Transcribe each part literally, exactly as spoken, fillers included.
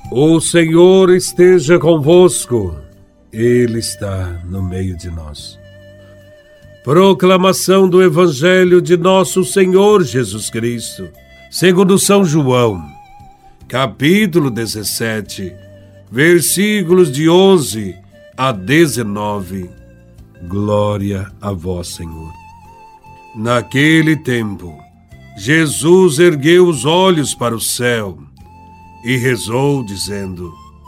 O Senhor esteja convosco, Ele está no meio de nós. Proclamação do Evangelho de nosso Senhor Jesus Cristo, segundo São João, capítulo dezessete, versículos de onze a dezenove. Glória a vós, Senhor. Naquele tempo, Jesus ergueu os olhos para o céu e rezou, dizendo: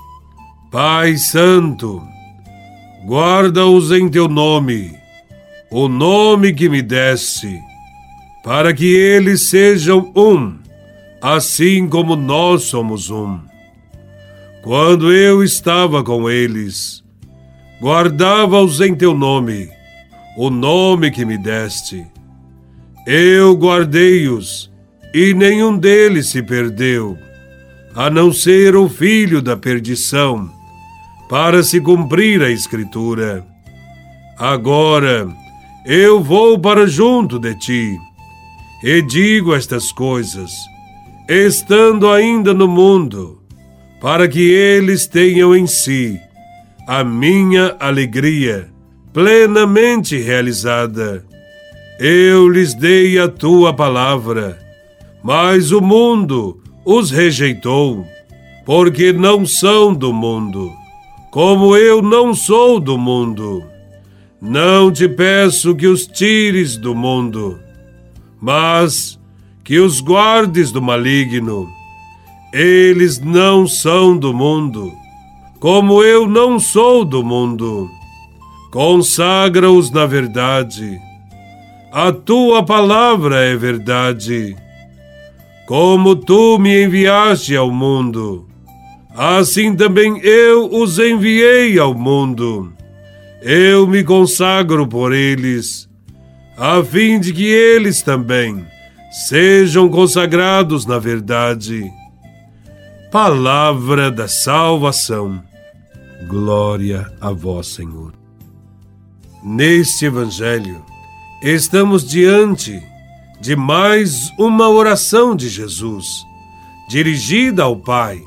Pai Santo, guarda-os em teu nome, o nome que me deste, para que eles sejam um, assim como nós somos um. Quando eu estava com eles, guardava-os em teu nome, o nome que me deste. Eu guardei-os, e nenhum deles se perdeu, a não ser o filho da perdição, para se cumprir a Escritura. Agora eu vou para junto de ti, e digo estas coisas, estando ainda no mundo, para que eles tenham em si a minha alegria plenamente realizada. Eu lhes dei a tua palavra, mas o mundo os rejeitou, porque não são do mundo, como eu não sou do mundo. Não te peço que os tires do mundo, mas que os guardes do maligno. Eles não são do mundo, como eu não sou do mundo. Consagra-os na verdade. A tua palavra é verdade. Como tu me enviaste ao mundo, assim também eu os enviei ao mundo. Eu me consagro por eles, a fim de que eles também sejam consagrados na verdade. Palavra da salvação. Glória a vós, Senhor. Neste Evangelho, estamos diante de mais uma oração de Jesus, dirigida ao Pai.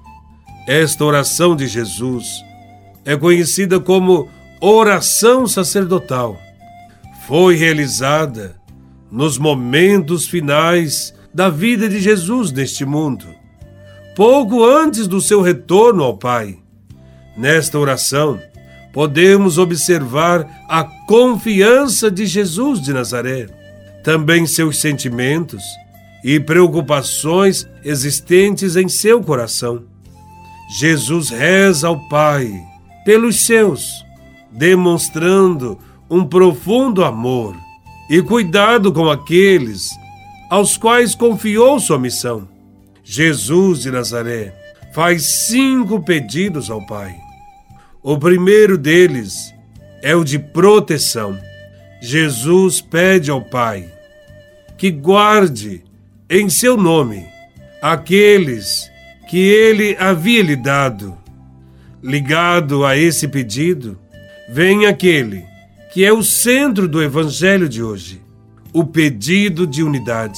Esta oração de Jesus é conhecida como oração sacerdotal. Foi realizada nos momentos finais da vida de Jesus neste mundo, pouco antes do seu retorno ao Pai. Nesta oração, podemos observar a confiança de Jesus de Nazaré, também seus sentimentos e preocupações existentes em seu coração. Jesus reza ao Pai pelos seus, demonstrando um profundo amor e cuidado com aqueles aos quais confiou sua missão. Jesus de Nazaré faz cinco pedidos ao Pai. O primeiro deles é o de proteção. Jesus pede ao Pai que guarde em seu nome aqueles que ele havia lhe dado. Ligado a esse pedido, vem aquele que é o centro do Evangelho de hoje, o pedido de unidade.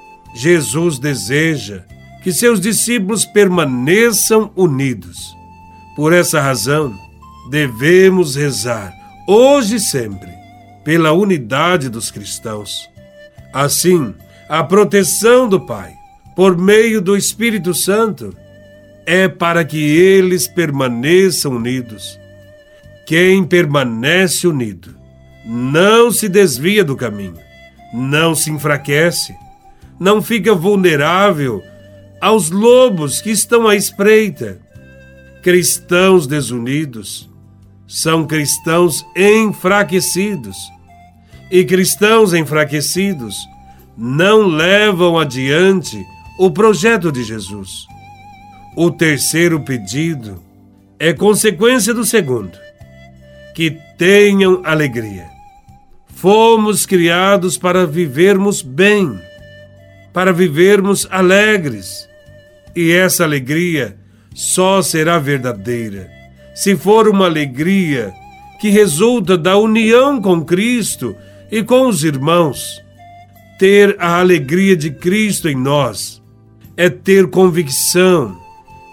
Jesus deseja que seus discípulos permaneçam unidos. Por essa razão, devemos rezar, hoje e sempre, pela unidade dos cristãos. Assim, a proteção do Pai, por meio do Espírito Santo, é para que eles permaneçam unidos. Quem permanece unido não se desvia do caminho, não se enfraquece, não fica vulnerável aos lobos que estão à espreita. Cristãos desunidos são cristãos enfraquecidos, e cristãos enfraquecidos não levam adiante o projeto de Jesus. O terceiro pedido é consequência do segundo: que tenham alegria. Fomos criados para vivermos bem, para vivermos alegres, e essa alegria só será verdadeira se for uma alegria que resulta da união com Cristo e com os irmãos. Ter a alegria de Cristo em nós é ter convicção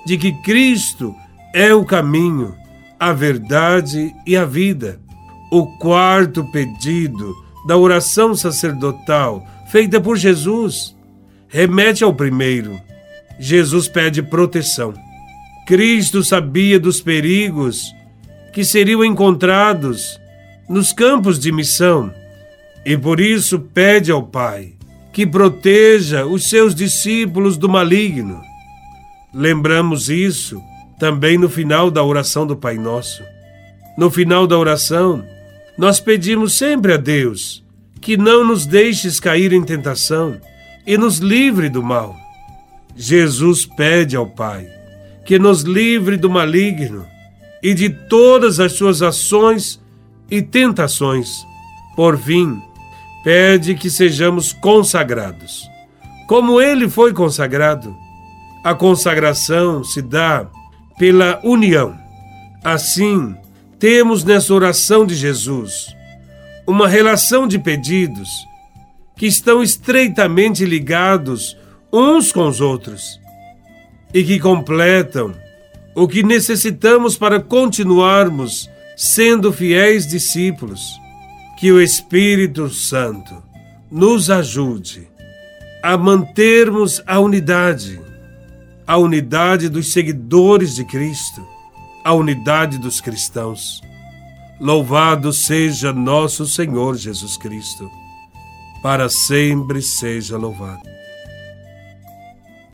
de que Cristo é o caminho, a verdade e a vida. O quarto pedido da oração sacerdotal feita por Jesus remete ao primeiro. Jesus pede proteção. Cristo sabia dos perigos que seriam encontrados nos campos de missão e por isso pede ao Pai que proteja os seus discípulos do maligno. Lembramos isso também no final da oração do Pai Nosso. No final da oração, nós pedimos sempre a Deus que não nos deixes cair em tentação e nos livre do mal. Jesus pede ao Pai que nos livre do maligno e de todas as suas ações e tentações. Por fim, pede que sejamos consagrados, como Ele foi consagrado. A consagração se dá pela união. Assim, temos nessa oração de Jesus uma relação de pedidos que estão estreitamente ligados uns com os outros e que completam o que necessitamos para continuarmos sendo fiéis discípulos. Que o Espírito Santo nos ajude a mantermos a unidade, a unidade dos seguidores de Cristo, a unidade dos cristãos. Louvado seja nosso Senhor Jesus Cristo, para sempre seja louvado.